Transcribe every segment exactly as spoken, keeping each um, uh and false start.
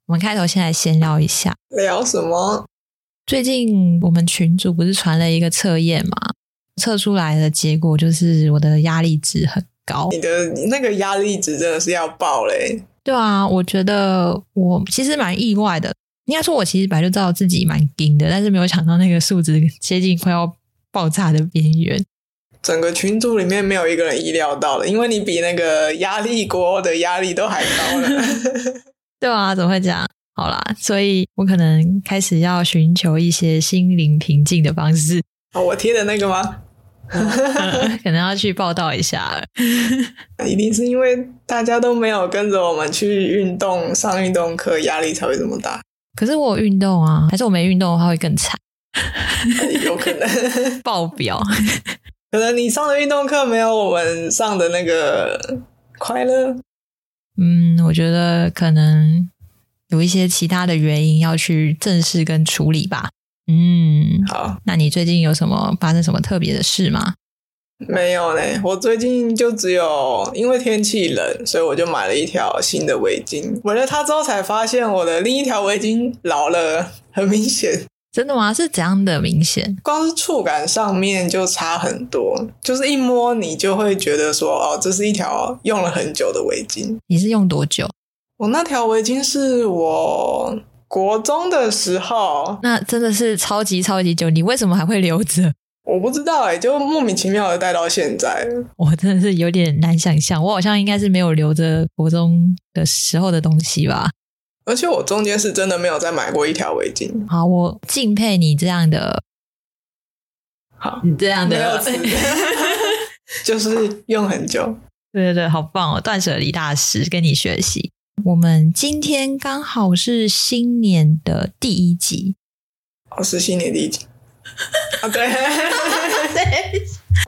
我们开头先来闲聊一下。 聊什么？ 最近我们群组不是传了一个测验吗？测出来的结果就是我的压力值很高。 你的那个压力值真的是要爆嘞。 对啊，我觉得我其实蛮意外的。应该说我其实本来就知道自己蛮硬的，但是没有想到那个数值接近快要爆炸的边缘。 整个群组里面没有一个人意料到的，因为你比那个压力锅的压力都还高了。 对啊，怎么会这样？好啦，所以我可能开始要寻求一些心灵平静的方式。 哦，我贴的那个吗？ 嗯、可能要去报道一下了。 一定是因为大家都没有跟着我们去运动，上运动课，压力才会这么大。 可是我有运动啊，还是我没运动的话会更惨？ 有可能爆表。 可能你上的运动课没有我们上的那个快乐。 嗯，我觉得可能有一些其他的原因要去正视跟处理吧。嗯， 好， 那你最近有什么发生什么特别的事吗？ 没有呢，我最近就只有因为天气冷，所以我就买了一条新的围巾。围了它之后才发现我的另一条围巾老了，很明显。 真的吗？是怎样的明显？ 光是触感上面就差很多，就是一摸你就会觉得说，哦，这是一条用了很久的围巾。 你是用多久？ 我那条围巾是我国中的时候。 那真的是超级超级久，你为什么还会留着？ 我不知道欸，就莫名其妙的带到现在了。 我真的是有点难想象，我好像应该是没有留着国中的时候的东西吧。 而且我中间是真的没有再买过一条围巾。 好，我敬佩你这样的， 好， 你这样的， 没有词就是用很久。 对对对，好棒哦！断舍离大师跟你学习。我们今天刚好是新年的第一集。 哦，是新年第一集。啊，对。 对。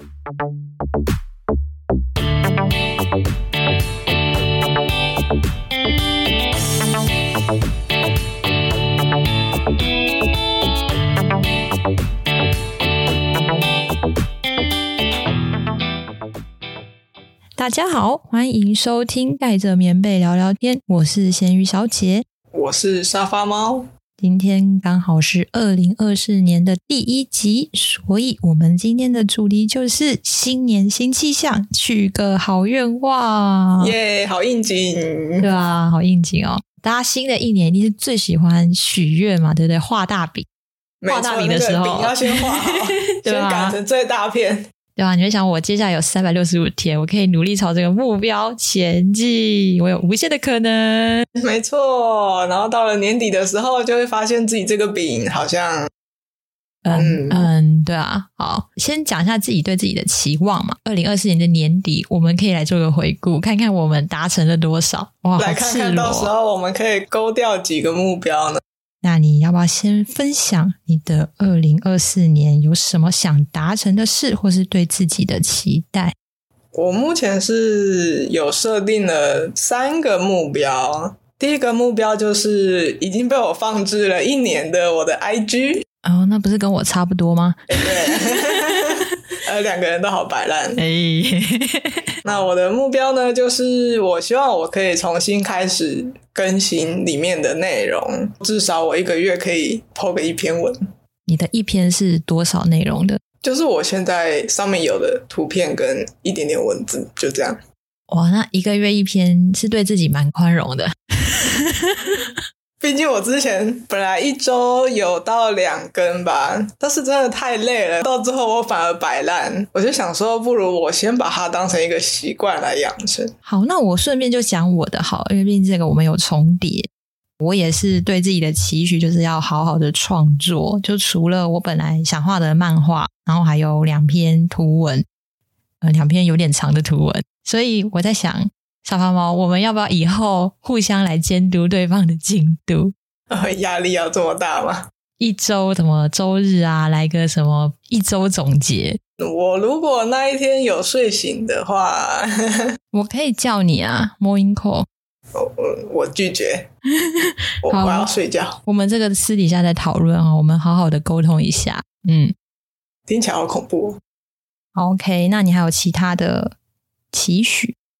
大家好，欢迎收听盖着棉被聊聊天，我是咸鱼小姐， 我是沙发猫。 今天刚好是二零二四年的第一集，所以我们今天的主题就是新年新气象，许个好愿望。 耶、yeah, 好应景。 对啊，好应景哦。大家新的一年一定是最喜欢许愿嘛，对不对？画大饼，画大饼的时候， 那个饼要先画好， 对啊， 先擀成最大片。 对啊，你会想我接下来有三百六十五天，我可以努力朝这个目标前进，我有无限的可能。 没错，然后到了年底的时候，就会发现自己这个饼好像， 嗯嗯，对啊。好，先讲一下自己对自己的期望嘛。二零二四年的年底，我们可以来做个回顾，看看我们达成了多少。哇， 来看看到时候我们可以勾掉几个目标呢？ 那你要不要先分享你的二零二四年有什么想达成的事，或是对自己的期待？ 我目前是有设定了三个目标。第一个目标就是已经被我放置了一年的我的 I G。 哦，那不是跟我差不多吗？ 对。呃，两个人都好摆烂。 哎， 那我的目标呢，就是我希望我可以重新开始更新里面的内容，至少我一个月可以 po 个一篇文。 你的一篇是多少内容的？ 就是我现在上面有的图片跟一点点文字，就这样。 哇，那一个月一篇是对自己蛮宽容的。 毕竟我之前本来一周有到两更吧，但是真的太累了，到最后我反而摆烂。我就想说，不如我先把它当成一个习惯来养成。 好，那我顺便就讲我的好，因为毕竟这个我们有重叠。我也是对自己的期许就是要好好的创作，就除了我本来想画的漫画，然后还有两篇图文，呃，两篇有点长的图文。所以我在想，沙发猫，我们要不要以后互相来监督对方的进度？ 呃，压力要这么大吗？ 一周什么周日啊，来个什么一周总结。 我如果那一天有睡醒的话， 我可以叫你啊 morning call。 我我拒绝。我, 我要睡觉。 我们这个私底下在讨论啊，我们好好的沟通一下。嗯， 听起来好恐怖。 OK， 那你还有其他的期许？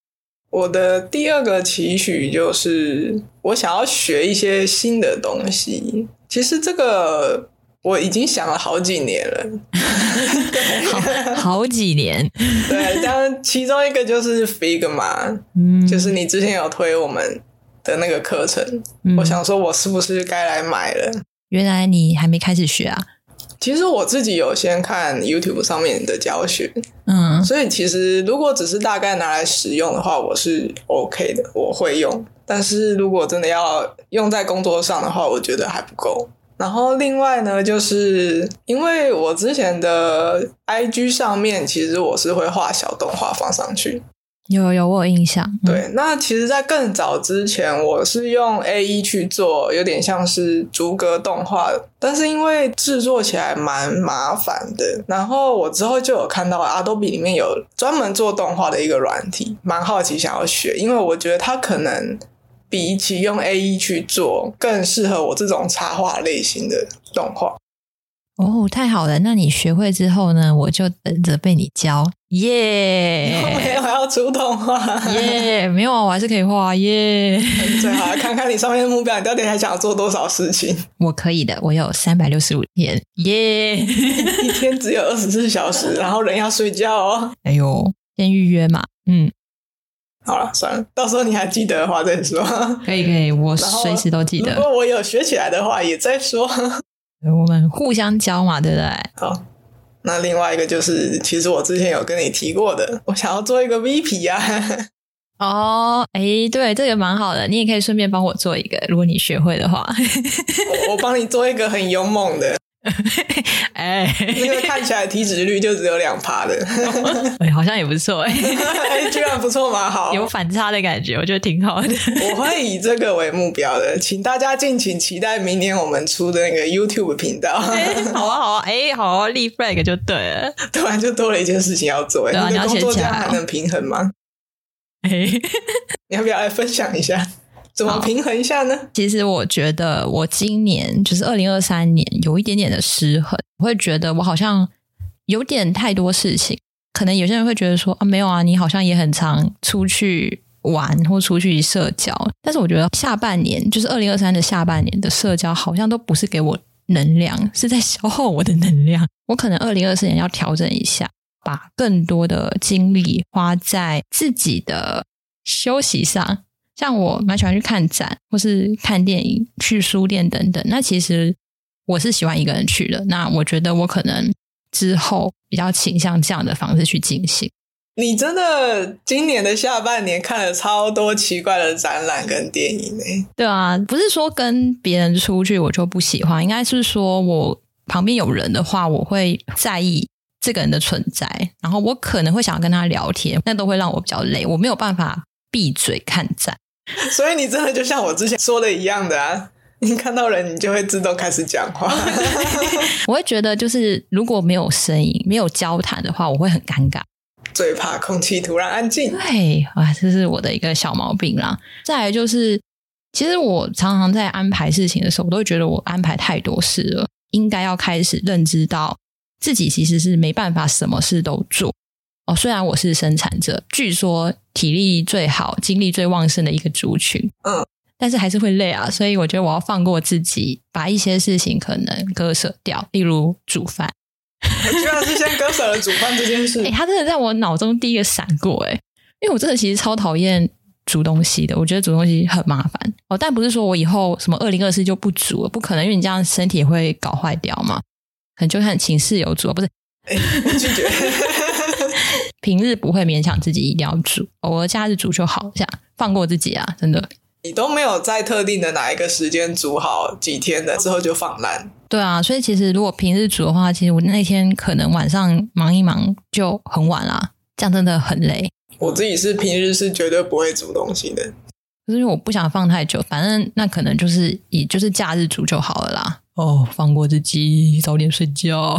我的第二个期许就是我想要学一些新的东西。其实这个我已经想了好几年了好, 好几年对，但其中一个就是 Figma、嗯、就是你之前有推我们的那个课程、嗯、我想说我是不是该来买了。 原来你还没开始学啊？ 其实我自己有先看 YouTube 上面的教学，嗯，所以其实如果只是大概拿来使用的话，我是 OK 的，我会用。但是如果真的要用在工作上的话，我觉得还不够。然后另外呢，就是因为我之前的 I G 上面，其实我是会画小动画放上去。 有有我有印象、嗯、 对，那其实在更早之前我是用 A E 去做，有点像是逐格动画，但是因为制作起来蛮麻烦的，然后我之后就有看到 Adobe 里面有专门做动画的一个软体，蛮好奇想要学，因为我觉得它可能比起用 A E 去做更适合我这种插画类型的动画。 哦，太好了，那你学会之后呢，我就等着被你教耶、 yeah! 没有要出动画耶、yeah! 没有啊，我还是可以画耶、 yeah! 最好看看你上面的目标，你到底还想做多少事情。 我可以的，我有三百六十五天耶、 yeah! 一天只有二十四小时，然后人要睡觉哦。 哎呦，先预约嘛。嗯， 好了，算了，到时候你还记得的话再说。 可以可以，我随时都记得。 如果我有学起来的话也再说。 我们互相教嘛，对不对？ 好，那另外一个就是其实我之前有跟你提过的，我想要做一个 V P 啊。 哦，诶，对，这个蛮好的，你也可以顺便帮我做一个，如果你学会的话。 我, 我帮你做一个很勇猛的。 哎， 那个看起来体脂率就只有 百分之二 的。 哎，好像也不错哎。 哎，居然不错嘛，好， 有反差的感觉，我觉得挺好的。 我会以这个为目标的，请大家敬请期待明年我们出的那个 YouTube 频道。 哎，好啊好啊，哎，好啊，立 flag 就对了。 突然就多了一件事情要做， 对啊， 你的工作这样你要还能平衡吗？ 哎， 你要不要来分享一下？怎么平衡一下呢？ 其实我觉得我今年就是二零二三年有一点点的失衡，我会觉得我好像有点太多事情。可能有些人会觉得说啊，没有啊，你好像也很常出去玩或出去社交。但是我觉得下半年，就是二零二三的下半年的社交好像都不是给我能量，是在消耗我的能量。我可能二零二四年要调整一下，把更多的精力花在自己的休息上。像我蛮喜欢去看展或是看电影，去书店等等，那其实我是喜欢一个人去的，那我觉得我可能之后比较倾向这样的方式去进行。 你真的今年的下半年看了超多奇怪的展览跟电影耶。 对啊，不是说跟别人出去我就不喜欢，应该是说我旁边有人的话，我会在意这个人的存在，然后我可能会想跟他聊天，那都会让我比较累，我没有办法闭嘴看展。 所以你真的就像我之前说的一样的啊，你看到人你就会自动开始讲话。 我会觉得就是如果没有声音没有交谈的话，我会很尴尬， 最怕空气突然安静。 对啊，这是我的一个小毛病啦。再来就是其实我常常在安排事情的时候，我都会觉得我安排太多事了，应该要开始认知到自己其实是没办法什么事都做。哦，虽然我是生产者，据说体力最好精力最旺盛的一个族群， 嗯， 但是还是会累啊，所以我觉得我要放过自己，把一些事情可能割舍掉，例如煮饭。 我居然是先割舍了煮饭这件事。 欸，他真的在我脑中第一个闪过欸，因为我真的其实超讨厌煮东西的，我觉得煮东西很麻烦哦。但不是说我以后什么二零二四就不煮了，不可能，因为你这样身体也会搞坏掉嘛。可能就看请室友煮，不是？ 哎、欸，我拒绝。 平日不会勉强自己一定要煮，偶尔假日煮就好，这样放过自己啊，真的。 你都没有在特定的哪一个时间煮好几天的之后就放烂。 对啊，所以其实如果平日煮的话，其实我那天可能晚上忙一忙就很晚啦，这样真的很累。 我自己是平日是绝对不会煮东西的， 可是因为我不想放太久，反正那可能就是以就是假日煮就好了啦。哦，放过自己，早点睡觉。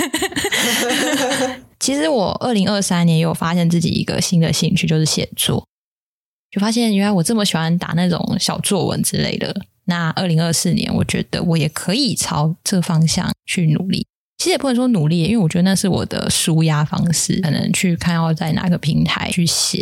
其实我二零二三年也有发现自己一个新的兴趣，就是写作。就发现原来我这么喜欢打那种小作文之类的，那二零二四年我觉得我也可以朝这方向去努力。其实也不能说努力，因为我觉得那是我的抒压方式，可能去看要在哪个平台去写，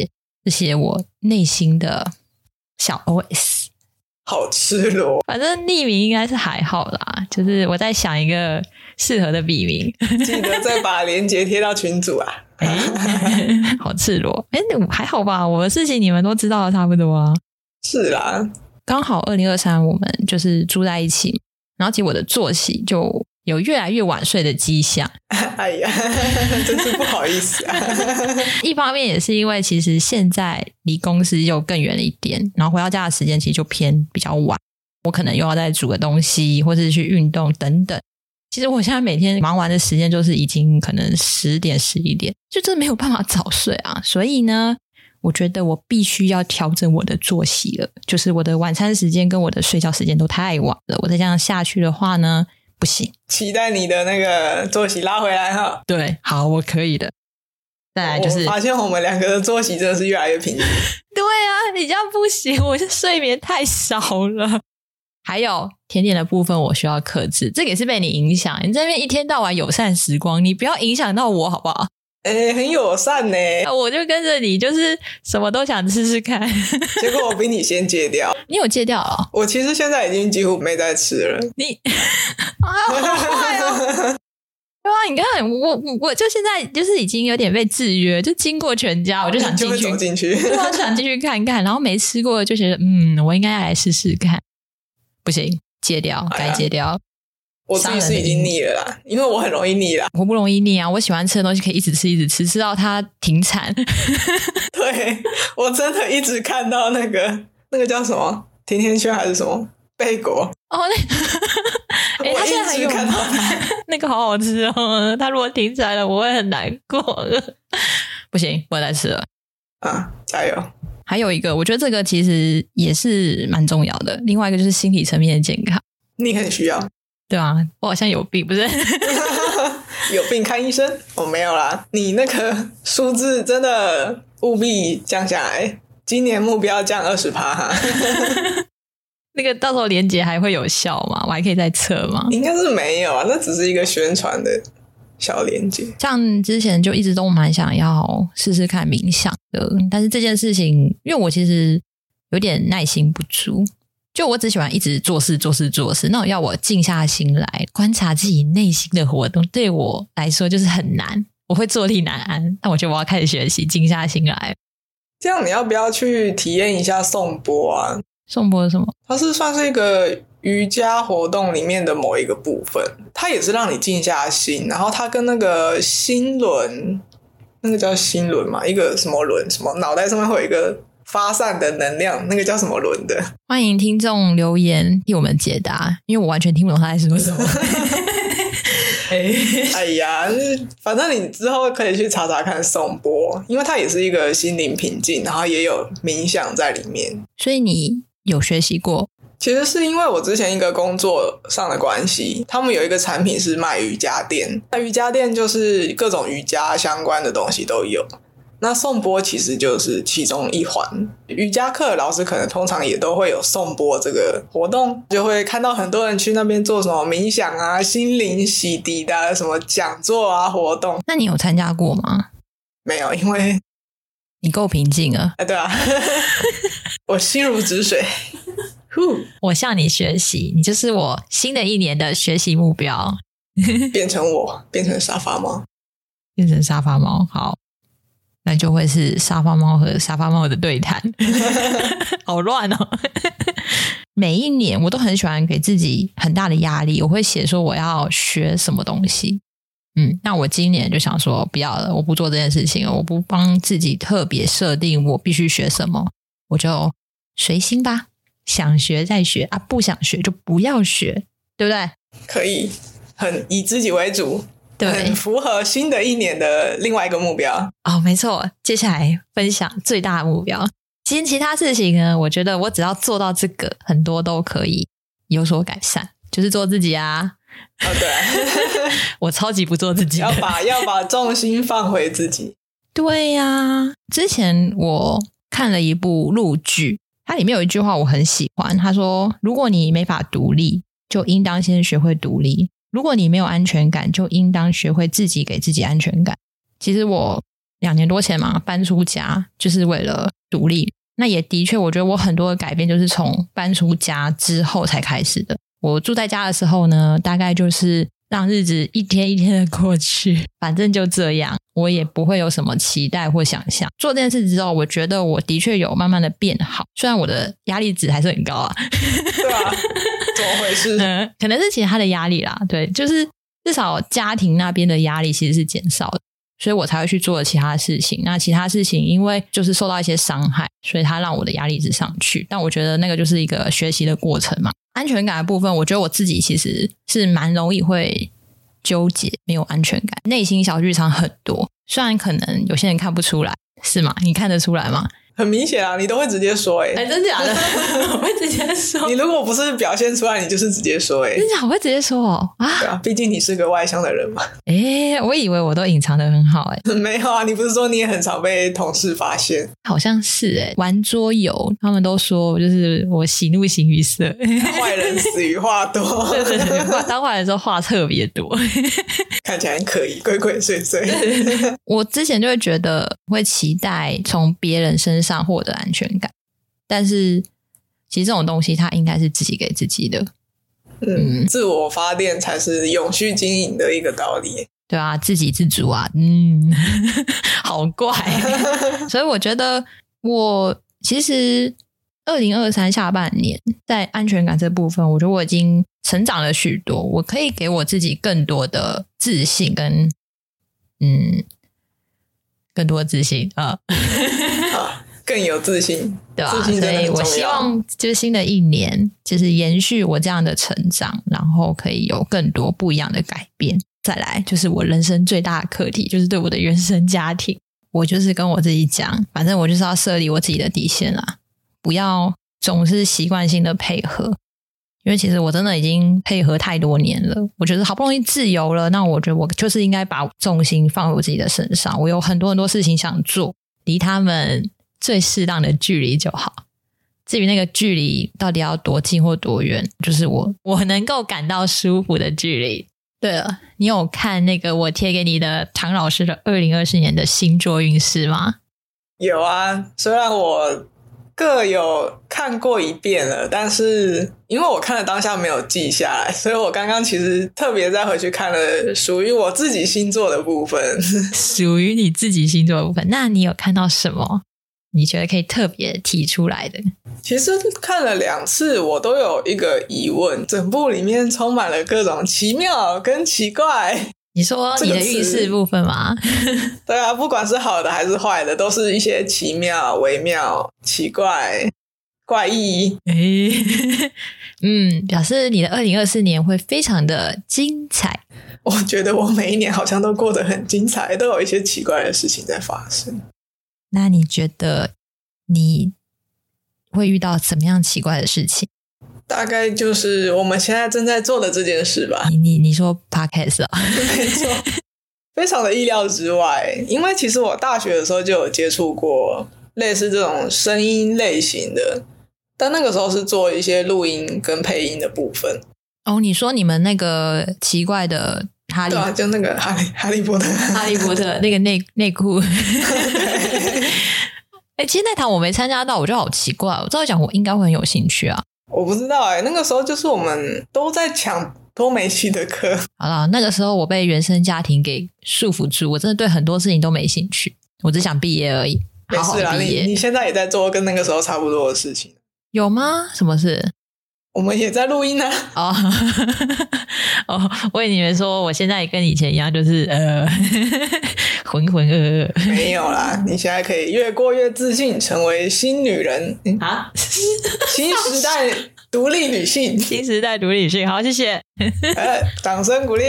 这些我内心的小 O S。 好吃螺， 反正匿名应该是还好啦，就是我在想一个适合的笔名。 记得再把链接贴到群组啊。 欸、好赤裸。哎、欸，还好吧，我的事情你们都知道的差不多啊。 是啦， 刚好二零二三我们就是住在一起，然后其实我的作息就有越来越晚睡的迹象。 哎呀，真是不好意思啊。 一方面也是因为其实现在离公司又更远了一点，然后回到家的时间其实就偏比较晚，我可能又要再煮个东西或是去运动等等。其实我现在每天忙完的时间就是已经可能十点十一点，就真的没有办法早睡啊。所以呢我觉得我必须要调整我的作息了，就是我的晚餐时间跟我的睡觉时间都太晚了，我再这样下去的话呢不行。 期待你的那个作息拉回来哈。 对，好，我可以的。再来就是我发现我们两个的作息真的是越来越平均。 对啊，你这样不行，我是睡眠太少了。还有甜点的部分我需要克制，这个也是被你影响，你这边一天到晚友善时光，你不要影响到我好不好？ 欸，很友善呢。 我就跟着你，就是什么都想试试看。 结果我比你先戒掉。 你有戒掉了？ 我其实现在已经几乎没在吃了。 你啊，好坏哦。对啊，你看我我就现在就是已经有点被制约，就经过全家我就想进去， 就走进去， 对啊，想进去看看，然后没吃过就觉得嗯，我应该要来试试看。不行，戒掉，该戒掉。哎， 我自己是已经腻了啦，因为我很容易腻啦。 我不容易腻啊，我喜欢吃的东西可以一直吃一直吃，吃到它停产。 对，我真的一直看到那个那个叫什么甜甜圈还是什么贝果哦，那欸，他现在还有看到它那个好好吃哦，他如果停产了我会很难过。不行，不能再吃了啊，加油。 还有一个我觉得这个其实也是蛮重要的，另外一个就是心理层面的健康。 你很需要。 对啊，我好像有病不是？ 有病看医生。我、哦、没有啦，你那个数字真的务必降下来，今年目标降 百分之二十 哈。 那个到时候连结还会有效吗？我还可以再测吗？ 应该是没有啊，那只是一个宣传的小连结。 像之前就一直都蛮想要试试看冥想的，但是这件事情因为我其实有点耐心不足，就我只喜欢一直做事做事做事，那种要我静下心来观察自己内心的活动对我来说就是很难，我会坐立难安。但我觉得我要开始学习静下心来。 这样你要不要去体验一下颂钵啊？ 颂钵是什么？ 它是算是一个瑜伽活动里面的某一个部分，它也是让你静下心，然后它跟那个心轮，那个叫心轮嘛，一个什么轮，什么脑袋上面会有一个发散的能量，那个叫什么轮的？ 欢迎听众留言替我们解答，因为我完全听不懂他在说什么。 哎呀，反正你之后可以去查查看颂钵，因为它也是一个心灵平静，然后也有冥想在里面。 所以你有学习过？ 其实是因为我之前一个工作上的关系，他们有一个产品是卖瑜伽垫，那瑜伽垫就是各种瑜伽相关的东西都有，那颂钵其实就是其中一环。瑜伽课的老师可能通常也都会有颂钵这个活动，就会看到很多人去那边做什么冥想啊、心灵洗涤的什么讲座啊活动。 那你有参加过吗？ 没有，因为你够平静了。 哎，对啊，我心如止水。 我向你学习，你就是我新的一年的学习目标。 变成我，变成沙发猫， 变成沙发猫。好，那就会是沙发猫和沙发猫的对谈。好乱哦。每一年我都很喜欢给自己很大的压力，我会写说我要学什么东西。嗯，那我今年就想说不要了，我不做这件事情了，我不帮自己特别设定我必须学什么，我就随心吧，想学再学啊，不想学就不要学，对不对？ 可以，很以自己为主， 对， 很符合新的一年的另外一个目标。 哦，没错。接下来分享最大的目标。其实其他事情呢，我觉得我只要做到这个，很多都可以有所改善，就是做自己啊。 哦，对啊。 我超级不做自己的， 要把要把重心放回自己。 对呀、啊，之前我看了一部陆剧，它里面有一句话我很喜欢，他说如果你没法独立，就应当先学会独立，如果你没有安全感，就应当学会自己给自己安全感。其实我两年多前嘛搬出家，就是为了独立。那也的确我觉得我很多的改变就是从搬出家之后才开始的。我住在家的时候呢，大概就是让日子一天一天的过去，反正就这样，我也不会有什么期待或想象。做这件事之后，我觉得我的确有慢慢的变好，虽然我的压力值还是很高啊。 对啊，怎么回事？ 嗯，可能是其他的压力啦，对，就是至少家庭那边的压力其实是减少的，所以我才会去做其他事情。那其他事情因为就是受到一些伤害，所以它让我的压力值上去，但我觉得那个就是一个学习的过程嘛。安全感的部分，我觉得我自己其实是蛮容易会纠结，没有安全感，内心小剧场很多，虽然可能有些人看不出来，是吗？你看得出来吗？ 很明显啊，你都会直接说。欸， 哎，真假的？我会直接说。 你如果不是表现出来，你就是直接说。欸， 真假？我会直接说哦啊。 对啊，毕竟你是个外向的人嘛。 哎，我以为我都隐藏得很好。哎， 没有啊，你不是说你也很常被同事发现？ 好像是。哎，玩桌游他们都说就是我喜怒形于色， 坏人死于话多。 对对对，当坏人的时候话特别多， 看起来很可疑，鬼鬼祟祟。 我之前就会觉得会期待从别人身上获得安全感，但是其实这种东西它应该是自己给自己的。 嗯，嗯，自我发电才是永续经营的一个道理。 对啊，自给自足啊。嗯，好怪。所以我觉得我其实二零二三下半年在安全感这部分，我觉得我已经成长了许多，我可以给我自己更多的自信跟嗯更多的自信啊。 啊，更有自信， 对吧？ 自信真的很重要。 所以我希望就是新的一年就是延续我这样的成长，然后可以有更多不一样的改变。再来就是我人生最大的课题，就是对我的原生家庭，我就是跟我自己讲，反正我就是要设立我自己的底线啦，不要总是习惯性的配合，因为其实我真的已经配合太多年了，我觉得好不容易自由了，那我觉得我就是应该把重心放回我自己的身上，我有很多很多事情想做，离他们最适当的距离就好。至于那个距离到底要多近或多远，就是我我能够感到舒服的距离。对了，你有看那个我贴给你的唐老师的二零二四年的星座运势吗？ 有啊，虽然我各有看过一遍了，但是因为我看了当下没有记下来，所以我刚刚其实特别再回去看了属于我自己星座的部分。 属于你自己星座的部分，那你有看到什么你觉得可以特别提出来的？ 其实看了两次我都有一个疑问，整部里面充满了各种奇妙跟奇怪。 你说你的运势部分吗？ 对啊，不管是好的还是坏的，都是一些奇妙、微妙、奇怪、怪异。 诶嗯，表示你的二零二四年会非常的精彩。 我觉得我每一年好像都过得很精彩，都有一些奇怪的事情在发生。 那你觉得你会遇到怎么样奇怪的事情？ 大概就是我们现在正在做的这件事吧。 你你你说 podcast 啊？ 没错，非常的意料之外。因为其实我大学的时候就有接触过类似这种声音类型的，但那个时候是做一些录音跟配音的部分。 哦，你说你们那个奇怪的哈利， 对啊，就那个哈利哈利波特， 哈利波特那个内内裤。哎、欸，其实那堂我没参加到，我觉得好奇怪。我照理讲，我应该会很有兴趣啊。 我不知道哎、欸，那个时候就是我们都在抢多媒系的课。 好啦，那个时候我被原生家庭给束缚住，我真的对很多事情都没兴趣，我只想毕业而已。 没事啦，你你现在也在做跟那个时候差不多的事情。 有吗？什么事？ 我们也在录音啊。 哦，哦，我以为你们说我现在也跟以前一样，就是呃，浑浑噩噩。 没有啦，你现在可以越过越自信，成为新女人啊， 新时代独立女性， 新时代独立女性。好，谢谢。 呃，掌声鼓励。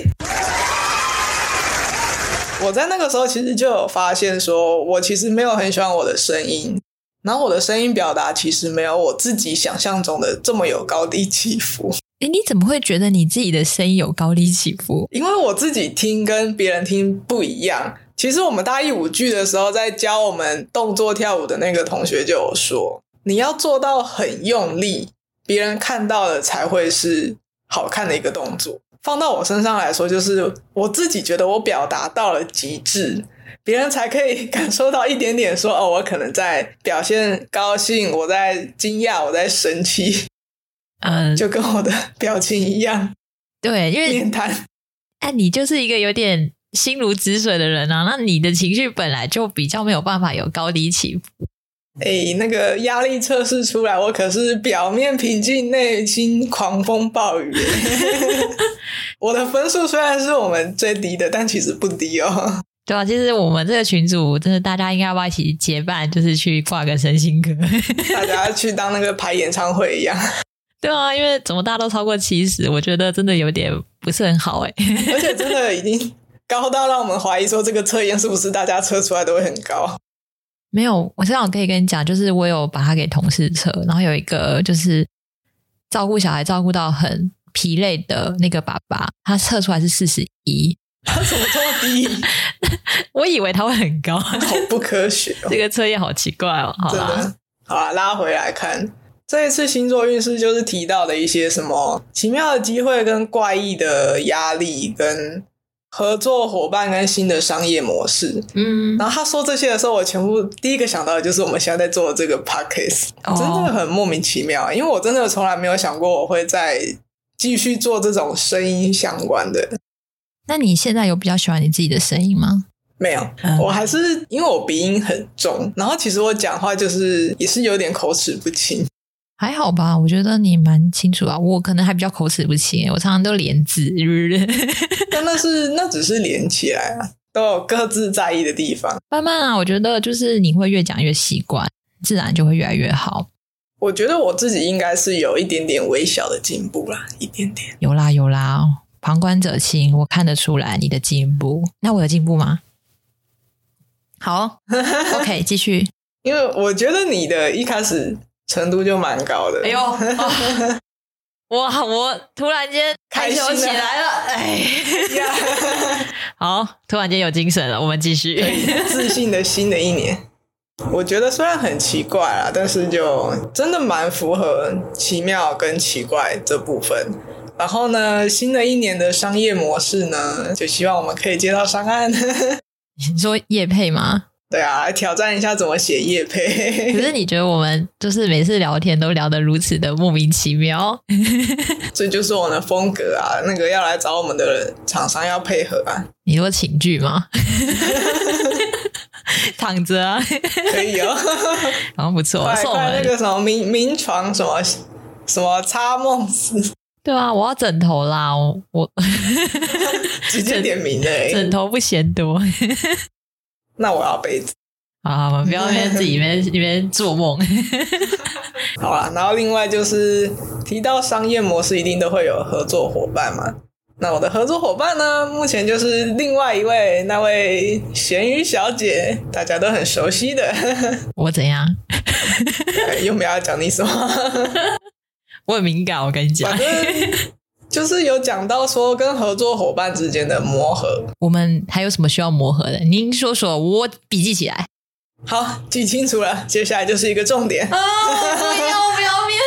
我在那个时候其实就有发现说，我其实没有很喜欢我的声音。然后我的声音表达其实没有我自己想象中的这么有高低起伏。 诶，你怎么会觉得你自己的声音有高低起伏？ 因为我自己听跟别人听不一样。其实我们大一舞剧的时候在教我们动作跳舞的那个同学就有说，你要做到很用力，别人看到的才会是好看的一个动作。放到我身上来说，就是我自己觉得我表达到了极致，别人才可以感受到一点点说，哦，我可能在表现高兴，我在惊讶，我在生气， 嗯， 就跟我的表情一样。 对，因为面瘫， 哎，你就是一个有点心如止水的人啊，那你的情绪本来就比较没有办法有高低起伏。 哎，那个压力测试出来，我可是表面平静，内心狂风暴雨。我的分数虽然是我们最低的，但其实不低哦。 对啊，其实我们这个群组真的大家应该要不要一起结伴，就是去挂个身心科， 大家去当那个排演唱会一样。 对啊，因为怎么大家都超过七十，我觉得真的有点不是很好哎。 而且真的已经高到让我们怀疑说这个测验是不是大家测出来都会很高。 没有，我这样可以跟你讲，就是我有把它给同事测，然后有一个就是照顾小孩照顾到很疲累的那个爸爸，他测出来是四十一。 他怎么这么低？ 我以为他会很高， 好不科学哦。 这个测验好奇怪哦。好啦， 真的。好啦，拉回来看这一次星座运势，就是提到的一些什么奇妙的机会跟怪异的压力跟合作伙伴跟新的商业模式。嗯，然后他说这些的时候，我全部第一个想到的就是我们现在在做的这个 podcast。哦，真的很莫名其妙，因为我真的从来没有想过我会再继续做这种声音相关的。 那你现在有比较喜欢你自己的声音吗？ 没有，嗯，我还是因为我鼻音很重，然后其实我讲话就是也是有点口齿不清。 还好吧，我觉得你蛮清楚啊，我可能还比较口齿不清，我常常都连字。 但那是那只是连起来啊，都有各自在意的地方。 慢慢啊，我觉得就是你会越讲越习惯，自然就会越来越好。 我觉得我自己应该是有一点点微小的进步啦，一点点。 有啦有啦，旁观者清，我看得出来你的进步。那我有进步吗？好OK 继续。 因为我觉得你的一开始程度就蛮高的。 哎呦，哦，哇，我突然间害羞起来了。哎呀，好，突然间有精神了，我们继续。 自信的新的一年，我觉得虽然很奇怪啦，但是就真的蛮符合奇妙跟奇怪这部分。然后呢，新的一年的商业模式呢，就希望我们可以接到商案。 你说业配吗？ 对啊，来挑战一下怎么写业配。 可是你觉得我们就是每次聊天都聊得如此的莫名其妙？ 这就是我们的风格啊，那个要来找我们的厂商要配合啊。 你说请剧吗？躺着啊， 可以哦。 好像不错， 快快那个什么名名床什么什么插梦丝。 对啊，我要枕头啦，我, 我直接点名了， 枕头不嫌多。 那我要被子。 好，我们不要在自己里面做梦。 好啦，然后另外就是提到商业模式，一定都会有合作伙伴嘛。那我的合作伙伴呢，目前就是另外一位那位咸鱼小姐，大家都很熟悉的。 我怎样？ 又没有要讲你什么？ 我很敏感，我跟你讲。 就是有讲到说跟合作伙伴之间的磨合， 我们还有什么需要磨合的？您说说，我笔记起来。 好，记清楚了，接下来就是一个重点。 啊、哦！不要不要面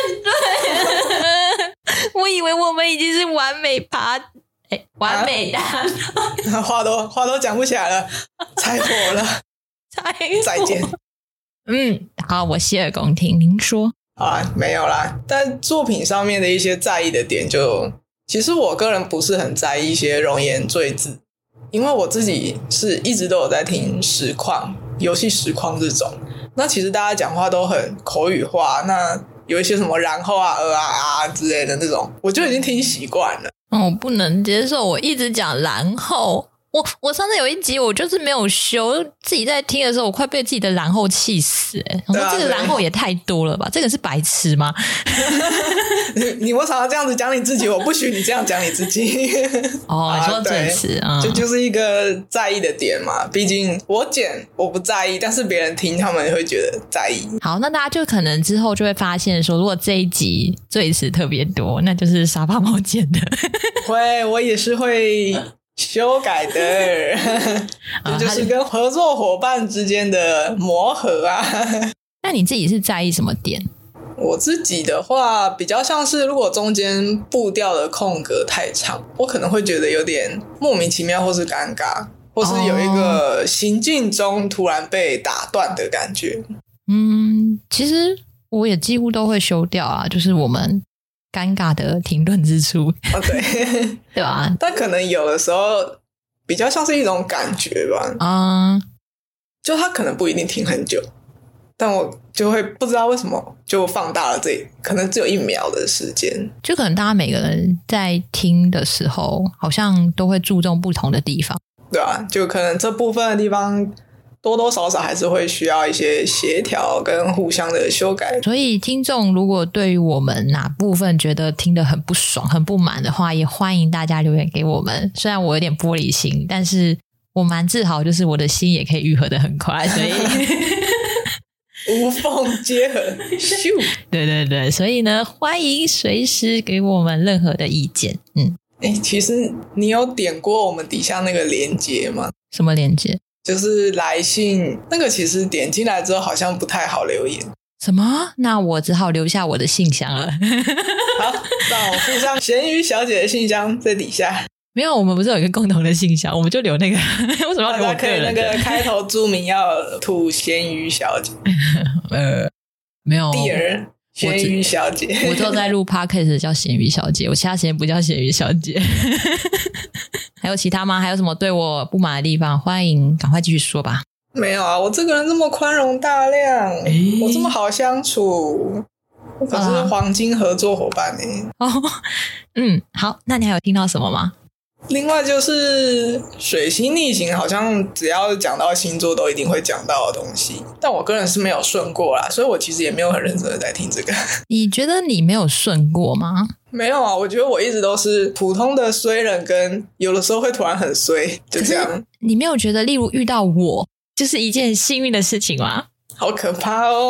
对。我以为我们已经是完美爬，哎，完美的、啊。 话都话都讲不起来了，拆火了， 拆再见。 嗯，好，我洗耳恭听，您说。 啊，没有啦，但作品上面的一些在意的点就。其实我个人不是很在意一些容颜赘字，因为我自己是一直都有在听实况、游戏实况这种。那其实大家讲话都很口语化，那有一些什么然后啊、呃啊啊之类的那种，我就已经听习惯了。 嗯，我不能接受，我一直讲然后。我我上次有一集我就是没有修，自己在听的时候我快被自己的然后气死哎、欸！我说这个然后也太多了吧，这个是白痴吗？ 你你为啥要这样子讲你自己？我不许你这样讲你自己。 哦，你说这次啊， 这、嗯、就是一个在意的点嘛。毕竟我剪我不在意，但是别人听他们会觉得在意。 好，那大家就可能之后就会发现说，如果这一集赘词特别多，那就是沙发猫剪的。 会，我也是会。修改的，这就是跟合作伙伴之间的磨合啊。 那你自己是在意什么点？ 我自己的话比较像是如果中间步调的空格太长，我可能会觉得有点莫名其妙或是尴尬，或是有一个行进中突然被打断的感觉。 嗯，其实我也几乎都会修掉啊，就是我们尴尬的停顿之处。 哦，对， 对吧？ 但可能有的时候比较像是一种感觉吧。 嗯， 就它可能不一定停很久，但我就会不知道为什么就放大了这可能只有一秒的时间。 就可能大家每个人在听的时候好像都会注重不同的地方。 对啊，就可能这部分的地方多多少少还是会需要一些协调跟互相的修改。 所以听众如果对于我们哪部分觉得听得很不爽很不满的话，也欢迎大家留言给我们。虽然我有点玻璃心，但是我蛮自豪，就是我的心也可以愈合得很快，所以无缝接合咻对对对，所以呢欢迎随时给我们任何的意见。嗯， 诶，其实你有点过我们底下那个连结吗？ 什么连结？ 就是来信那个，其实点进来之后好像不太好留言。 什么？那我只好留下我的信箱了。 好，那我附上咸鱼小姐的信箱在底下。 没有，我们不是有一个共同的信箱，我们就留那个。为什么要留我个人的？ 大家可以那个开头注明要吐咸鱼小姐。 呃，没有。 第二咸鱼小姐， 我只有在录 podcast 叫咸鱼小姐，我其他时间不叫咸鱼小姐。还有其他吗？还有什么对我不满的地方？欢迎赶快继续说吧。 没有啊，我这个人这么宽容大量，我这么好相处，我可是黄金合作伙伴呢、 欸。哦，嗯，好，那你还有听到什么吗？ 另外就是水星逆行，好像只要讲到星座都一定会讲到的东西，但我个人是没有顺过啦，所以我其实也没有很认真的在听这个。 你觉得你没有顺过吗？ 没有啊，我觉得我一直都是普通的衰人，跟有的时候会突然很衰，就这样。 你没有觉得例如遇到我就是一件幸运的事情吗？ 好可怕哦。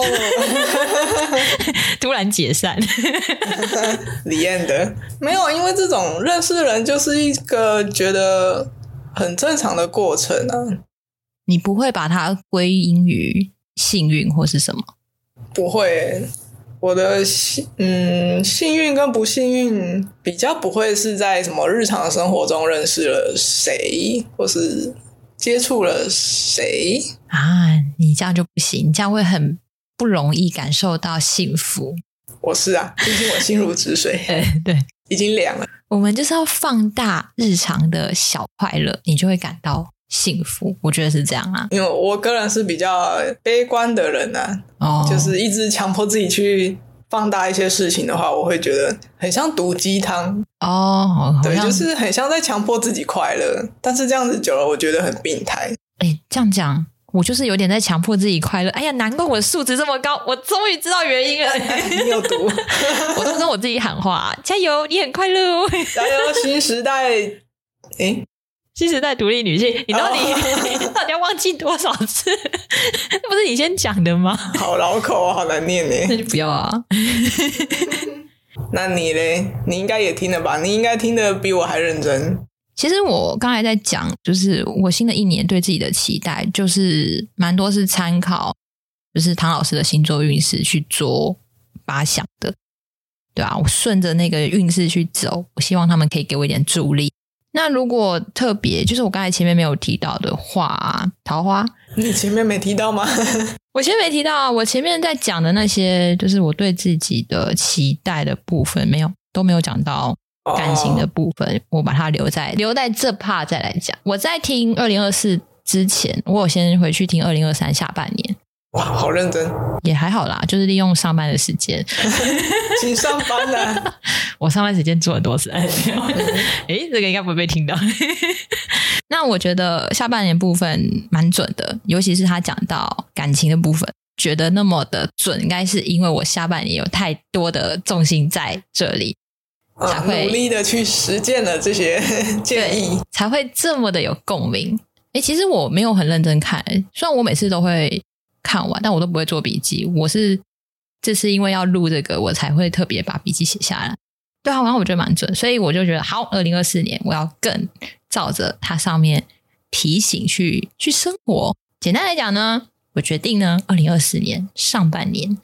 突然解散。 李燕的没有，因为这种认识人就是一个觉得很正常的过程啊。 你不会把它归因于幸运或是什么？ 不会，我的嗯幸运跟不幸运比较不会是在什么日常生活中认识了谁或是接触了谁啊，你这样就不行，你这样会很不容易感受到幸福。 我是啊，毕竟我心如止水。 对对， 已经凉了。 我们就是要放大日常的小快乐，你就会感到幸福。我觉得是这样啊， 因为我个人是比较悲观的人啊，哦，就是一直强迫自己去放大一些事情的话，我会觉得很像毒鸡汤哦。 对，就是很像在强迫自己快乐，但是这样子久了，我觉得很病态。 哎，这样讲，我就是有点在强迫自己快乐。哎呀，难怪我的数值这么高，我终于知道原因了。 你有毒。 我都跟我自己喊话，加油，你很快乐哦， 加油，新时代。诶新时代独立女性，你到底、oh. 你到底要忘记多少次？不是你先讲的吗？ 好绕口啊，好难念耶。 那就不要啊。 那你嘞？你应该也听了吧？你应该听得比我还认真。 其实我刚才在讲，就是我新的一年对自己的期待，就是蛮多是参考，就是唐老师的星座运势去做发想的，对啊，我顺着那个运势去走，我希望他们可以给我一点助力。那如果特别就是我刚才前面没有提到的话，桃花， 你前面没提到吗？ 我前面没提到啊，我前面在讲的那些就是我对自己的期待的部分，没有都没有讲到感情的部分， oh. 我把它留在留在这 part 再来讲。我在听二零二四之前，我有先回去听二零二三下半年。 哇，好认真。 也还好啦，就是利用上班的时间。 请上班啊。 我上班时间做很多事。诶，这个应该不会被听到。那我觉得下半年部分蛮准的，尤其是他讲到感情的部分，觉得那么的准，应该是因为我下半年有太多的重心在这里， 嗯、才会努力的去实践了这些建议， 才会这么的有共鸣。诶，其实我没有很认真看，虽然我每次都会看完，但我都不会做笔记。我是这是因为要录这个，我才会特别把笔记写下来。对啊，然后我觉得蛮准，所以我就觉得好，二零二四年我要更照着它上面提醒去去生活。简单来讲呢，我决定呢，二零二四年上半年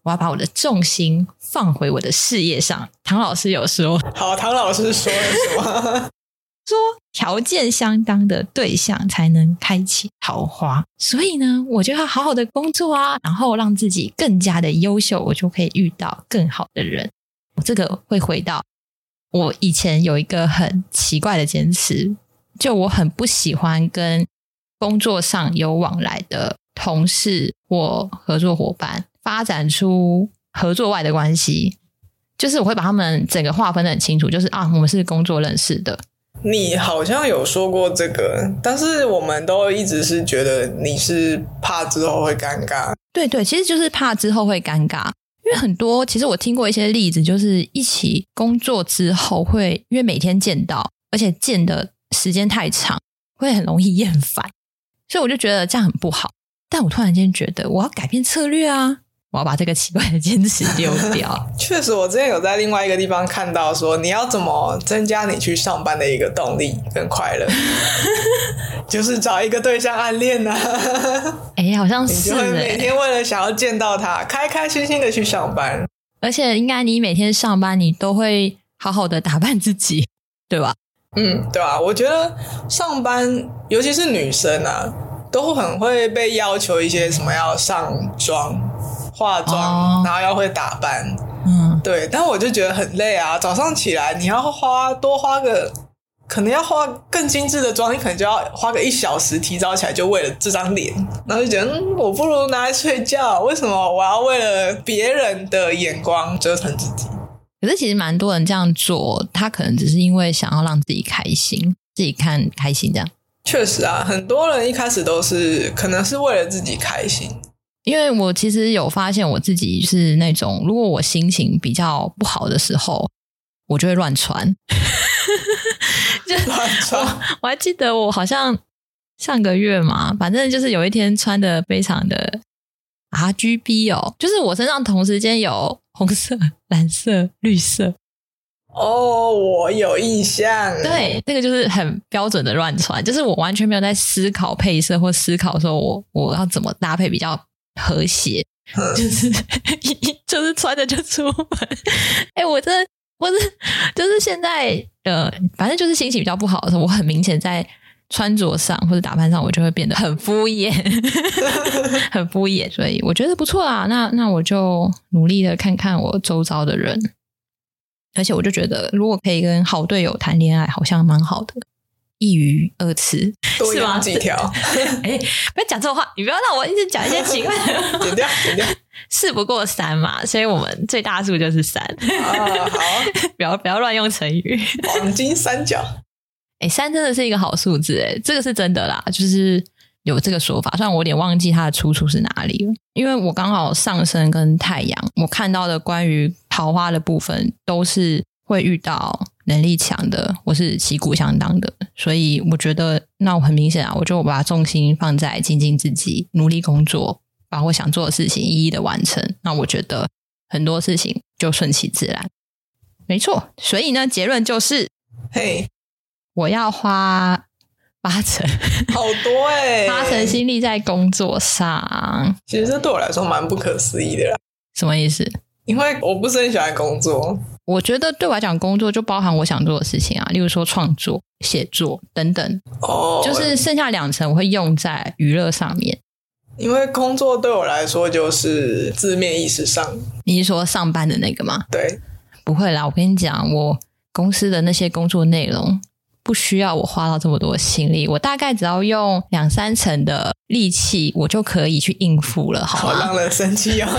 我要把我的重心放回我的事业上。唐老师有说， 好，唐老师说了什么？ 说条件相当的对象才能开启桃花，所以呢我就要好好的工作啊，然后让自己更加的优秀，我就可以遇到更好的人。这个会回到我以前有一个很奇怪的坚持，就我很不喜欢跟工作上有往来的同事或合作伙伴发展出合作外的关系，就是我会把他们整个划分得很清楚，就是啊，我们是工作认识的。 你好像有说过这个，但是我们都一直是觉得你是怕之后会尴尬。 对对，其实就是怕之后会尴尬，因为很多其实我听过一些例子，就是一起工作之后会因为每天见到，而且见的时间太长，会很容易厌烦，所以我就觉得这样很不好。但我突然间觉得我要改变策略啊，我要把这个奇怪的坚持丢掉。 确实我之前有在另外一个地方看到说你要怎么增加你去上班的一个动力跟快乐就是找一个对象暗恋啊。 哎、欸，好像是、欸、 你就会每天为了想要见到他开开心心的去上班， 而且应该你每天上班你都会好好的打扮自己，对吧？ 嗯，对啊，我觉得上班尤其是女生啊都很会被要求一些什么要上妆化妆、哦、然后要会打扮，嗯，对，但我就觉得很累啊，早上起来你要花多花个可能要化更精致的妆，你可能就要花个一小时提早起来，就为了这张脸，然后就觉得嗯，我不如拿来睡觉，为什么我要为了别人的眼光折腾自己？ 可是其实蛮多人这样做，他可能只是因为想要让自己开心，自己看开心这样。 确实啊，很多人一开始都是可能是为了自己开心。 因为我其实有发现我自己是那种，如果我心情比较不好的时候，我就会乱穿。 乱穿我，我还记得我好像上个月嘛，反正就是有一天穿的非常的 R G B 哦，就是我身上同时间有红色、蓝色、绿色。 哦，我有印象。 对，那个就是很标准的乱穿，就是我完全没有在思考配色或思考说我我要怎么搭配比较和谐，就是就是穿着就出门。哎、欸，我真的我是就是现在呃，反正就是心情比较不好的时候，我很明显在穿着上或者打扮上，我就会变得很敷衍，很敷衍。所以我觉得不错啦，那那我就努力的看看我周遭的人。而且我就觉得如果可以跟好队友谈恋爱好像蛮好的，一鱼二吃， 多养几条。 哎、欸，不要讲这种话，你不要让我一直讲一些奇怪的。 剪掉剪掉， 事不过三嘛，所以我们最大数就是三。 啊，好， 不要不要乱用成语。 黄金三角。 哎、欸，三真的是一个好数字，哎，这个是真的啦，就是有这个说法，虽然我有点忘记它的出处是哪里了，因为我刚好上升跟太阳，我看到的关于桃花的部分都是会遇到能力强的，我是旗鼓相当的，所以我觉得那我很明显啊，我就把重心放在精进自己，努力工作，把我想做的事情一一的完成，那我觉得很多事情就顺其自然。没错，所以呢，结论就是嘿， 我要花八成， 好多欸， 八成心力在工作上。 其实这对我来说蛮不可思议的啦。 什么意思？ 因为我不是很喜欢工作。 我觉得对我来讲，工作就包含我想做的事情啊，例如说创作、写作等等。 哦， 就是剩下两成我会用在娱乐上面。 因为工作对我来说就是字面意思上。 你是说上班的那个吗？ 对， 不会啦，我跟你讲，我公司的那些工作内容不需要我花到这么多心力，我大概只要用两三成的力气，我就可以去应付了，好吗？ 好让人生气哦。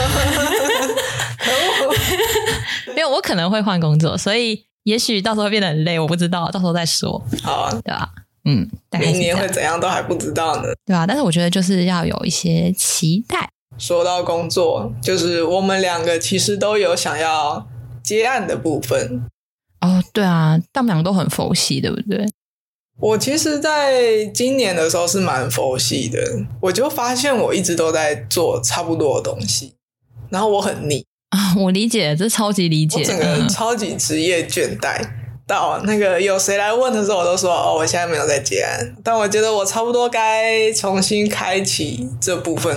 没有，我可能会换工作，所以也许到时候会变得很累，我不知道，到时候再说。 好啊， 对吧？嗯， 明年会怎样都还不知道呢， 对吧？但是我觉得就是要有一些期待。 说到工作，就是我们两个其实都有想要接案的部分。 哦，对啊，但我们两个都很佛系，对不对？ 我其实在今年的时候是蛮佛系的，我就发现我一直都在做差不多的东西，然后我很腻啊，我理解，这超级理解， 我整个超级职业倦怠、嗯、到那个有谁来问的时候我都说哦，我现在没有在接案，但我觉得我差不多该重新开启这部分。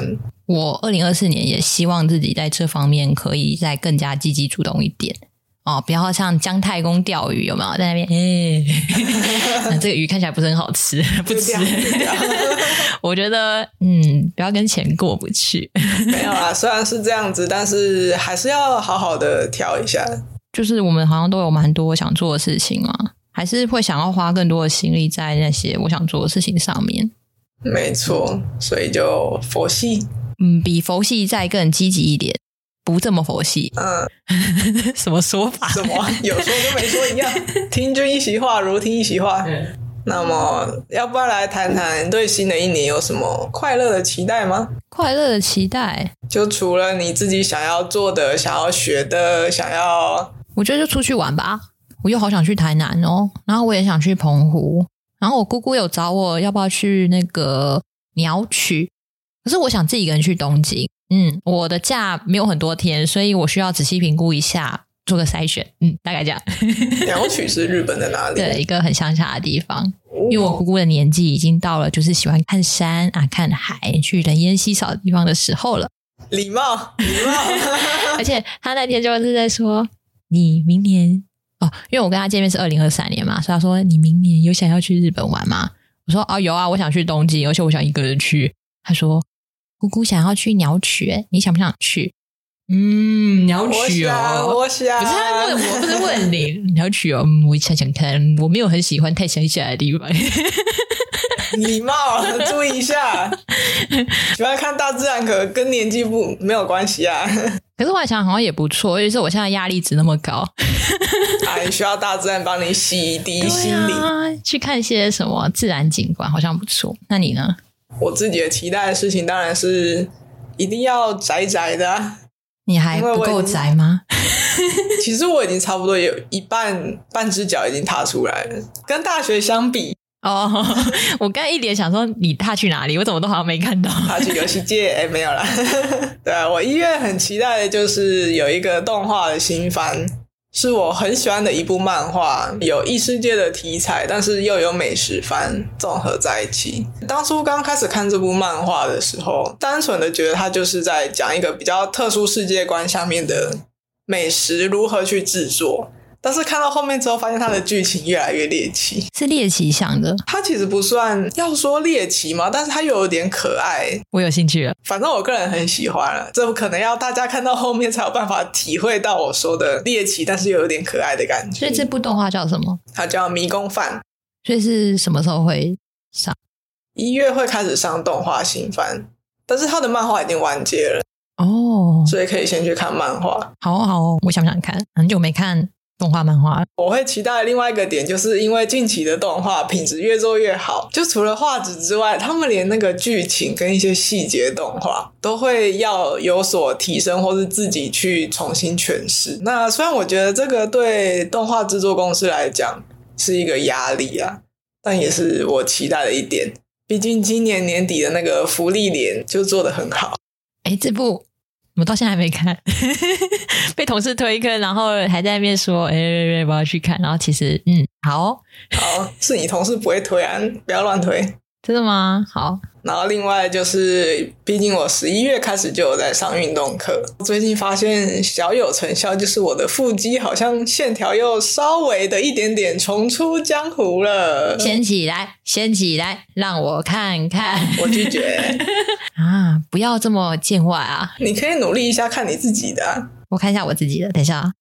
我二零二四年也希望自己在这方面可以再更加积极主动一点哦，不要像姜太公钓鱼有没有在那边哎、欸，这个鱼看起来不是很好吃，不吃。我觉得嗯，不要跟钱过不去。 没有啦，虽然是这样子，但是还是要好好的调一下。 就是我们好像都有蛮多想做的事情嘛，还是会想要花更多的心力在那些我想做的事情上面。 没错，所以就佛系， 嗯，比佛系再更积极一点，不这么佛系。 嗯， 什么说法？ 什么有说跟没说一样？听君一席话，如听一席话。嗯，那么，要不要来谈谈对新的一年有什么快乐的期待吗？ 快乐的期待， 就除了你自己想要做的、想要学的、想要， 我觉得就出去玩吧。我又好想去台南哦，然后我也想去澎湖。然后我姑姑有找我要不要去那个鸟取，可是我想自己一个人去东京。嗯，我的假没有很多天，所以我需要仔细评估一下，做个筛选。嗯，大概这样。 鸟取是日本的哪里？ 对，一个很乡下的地方。因为我姑姑的年纪已经到了，就是喜欢看山啊、看海、去人烟稀少的地方的时候了。 礼貌，礼貌。 而且他那天就是在说，你明年。哦，因为我跟他见面是二零二三年嘛，所以他说你明年有想要去日本玩吗？我说哦有啊，我想去东京，而且我想一个人去。他说姑姑想要去鸟取，你想不想去？嗯，鸟取哦， 我想， 不是他问我，不是问你鸟取哦，我想想看，我没有很喜欢太乡下的地方。 礼貌，注意一下。喜欢看大自然可跟年纪不没有关系啊。 可是我想好像也不错，尤其是我现在压力值那么高。 啊，你需要大自然帮你洗涤心理、 啊、去看一些什么自然景观好像不错。那你呢？ 我自己的期待的事情当然是一定要宅宅的、啊、 你还不够宅吗？ 其实我已经差不多有一半半只脚已经踏出来了，跟大学相比哦，我刚才一脸想说你踏去哪里，我怎么都好像没看到。 踏去游戏界、欸、没有啦。对啊，我一月很期待的就是有一个动画的新番，是我很喜欢的一部漫画，有异世界的题材，但是又有美食番综合在一起。当初刚开始看这部漫画的时候，单纯的觉得它就是在讲一个比较特殊世界观下面的美食如何去制作，但是看到后面之后发现它的剧情越来越猎奇。 是猎奇向的？ 它其实不算要说猎奇嘛，但是它又有点可爱。 我有兴趣了， 反正我个人很喜欢了，这可能要大家看到后面才有办法体会到我说的猎奇但是又有点可爱的感觉。 所以这部动画叫什么？ 它叫迷宫饭。 所以是什么时候会上？ 一月会开始上动画新番，但是它的漫画已经完结了哦， 所以可以先去看漫画。 好哦好哦，我想想看，很久没看动画漫画。 我会期待的另外一个点就是因为近期的动画品质越做越好，就除了画质之外，他们连那个剧情跟一些细节动画都会要有所提升或是自己去重新诠释。那虽然我觉得这个对动画制作公司来讲是一个压力啊，但也是我期待的一点，毕竟今年年底的那个福利连就做得很好。 诶，这部我到现在还没看。被同事推坑，然后还在那边说诶我要去看，然后其实嗯好哦好，是你同事不会推啊，不要乱推。 真的吗？好。 然后另外就是毕竟我十一月开始就有在上运动课，最近发现小有成效，就是我的腹肌好像线条又稍微的一点点重出江湖了。 掀起来掀起来让我看看。 我拒绝。 啊不要这么见外啊， 你可以努力一下看你自己的、啊、 我看一下我自己的，等一下啊。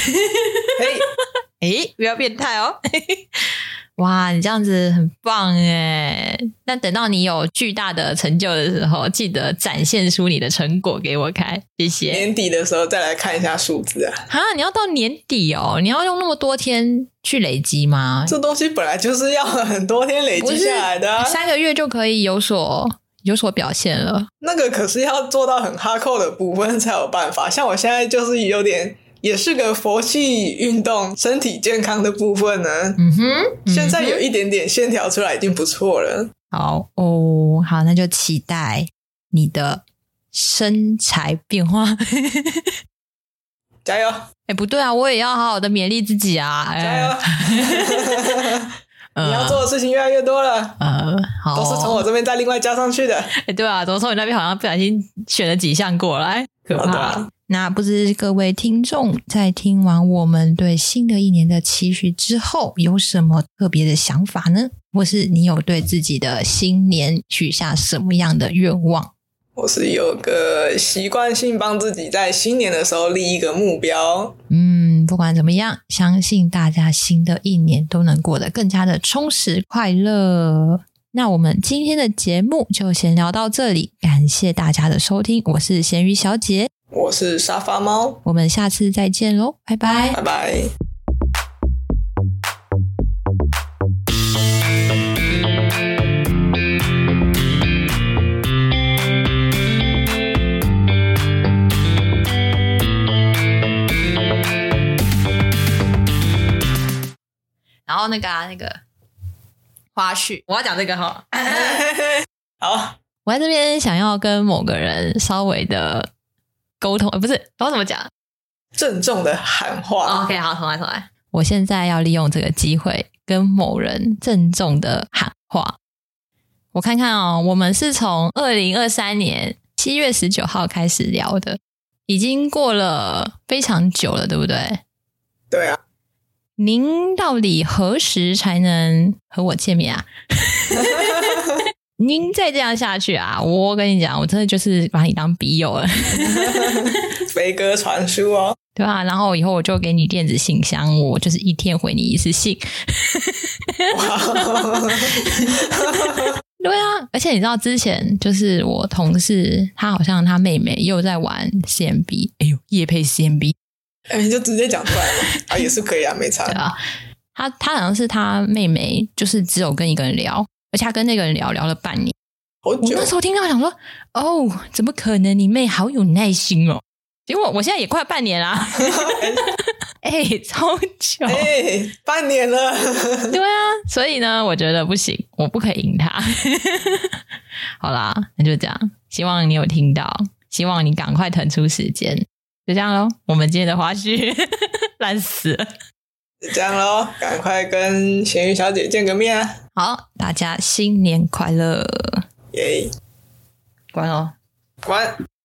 嘿诶不要变态哦。哇你这样子很棒耶，那等到你有巨大的成就的时候记得展现出你的成果给我看，谢谢。 年底的时候再来看一下数字啊。 哈你要到年底哦，你要用那么多天去累积吗？ 这东西本来就是要很多天累积下来的、啊、 三个月就可以有所有所表现了。那个可是要做到很哈扣的部分才有办法，像我现在就是有点也是个佛系运动身体健康的部分呢。 嗯哼、嗯、 现在有一点点线条出来已经不错了。 好哦，好，那就期待你的身材变化。 加油。 哎、欸，不对啊，我也要好好的勉励自己啊。 加油。 你要做的事情越来越多了。 呃，好， 都是从我这边再另外加上去的。 哎，对啊，怎么从你那边好像不小心选了几项过来，可怕。啊、那不知各位听众在听完我们对新的一年的期许之后，有什么特别的想法呢？或是你有对自己的新年许下什么样的愿望？ 我是有个习惯性帮自己在新年的时候立一个目标。 嗯，不管怎么样，相信大家新的一年都能过得更加的充实快乐。那我们今天的节目就先聊到这里，感谢大家的收听，我是咸鱼小姐， 我是沙发猫， 我们下次再见咯，拜拜， 拜拜。 然后那个啊，那个花絮，我要讲这个哈。 好， 我在这边想要跟某个人稍微的沟通，不是，我要怎么讲？ 郑重的喊话。 OK， 好，重来，重来。我现在要利用这个机会跟某人郑重的喊话。我看看哦，我们是从二零二三年七月十九号开始聊的，已经过了非常久了，对不对？ 对啊。 您到底何时才能和我见面啊？您再这样下去啊，我跟你讲，我真的就是把你当笔友了。 飞鸽传书哦， 对啊，然后以后我就给你电子信箱，我就是一天回你一次信。对啊，而且你知道之前就是我同事，他好像他妹妹又在玩 C M B， 哎呦，业配 C M B。 哎，你就直接讲出来嘛，啊，也是可以啊，没差。 对啊，他他好像是他妹妹，就是只有跟一个人聊，而且他跟那个人聊聊了半年。 好久。 我那时候听到想说，哦，怎么可能？你妹好有耐心哦。结果我现在也快半年啦，哎、欸，超久， 哎、欸，半年了。 对啊，所以呢，我觉得不行，我不可以赢他。好啦，那就这样。希望你有听到，希望你赶快腾出时间。就这样咯，我们今天的花絮烂死了， 就这样咯，赶快跟咸鱼小姐见个面啊！ 好，大家新年快乐！ 耶， 关咯， 关。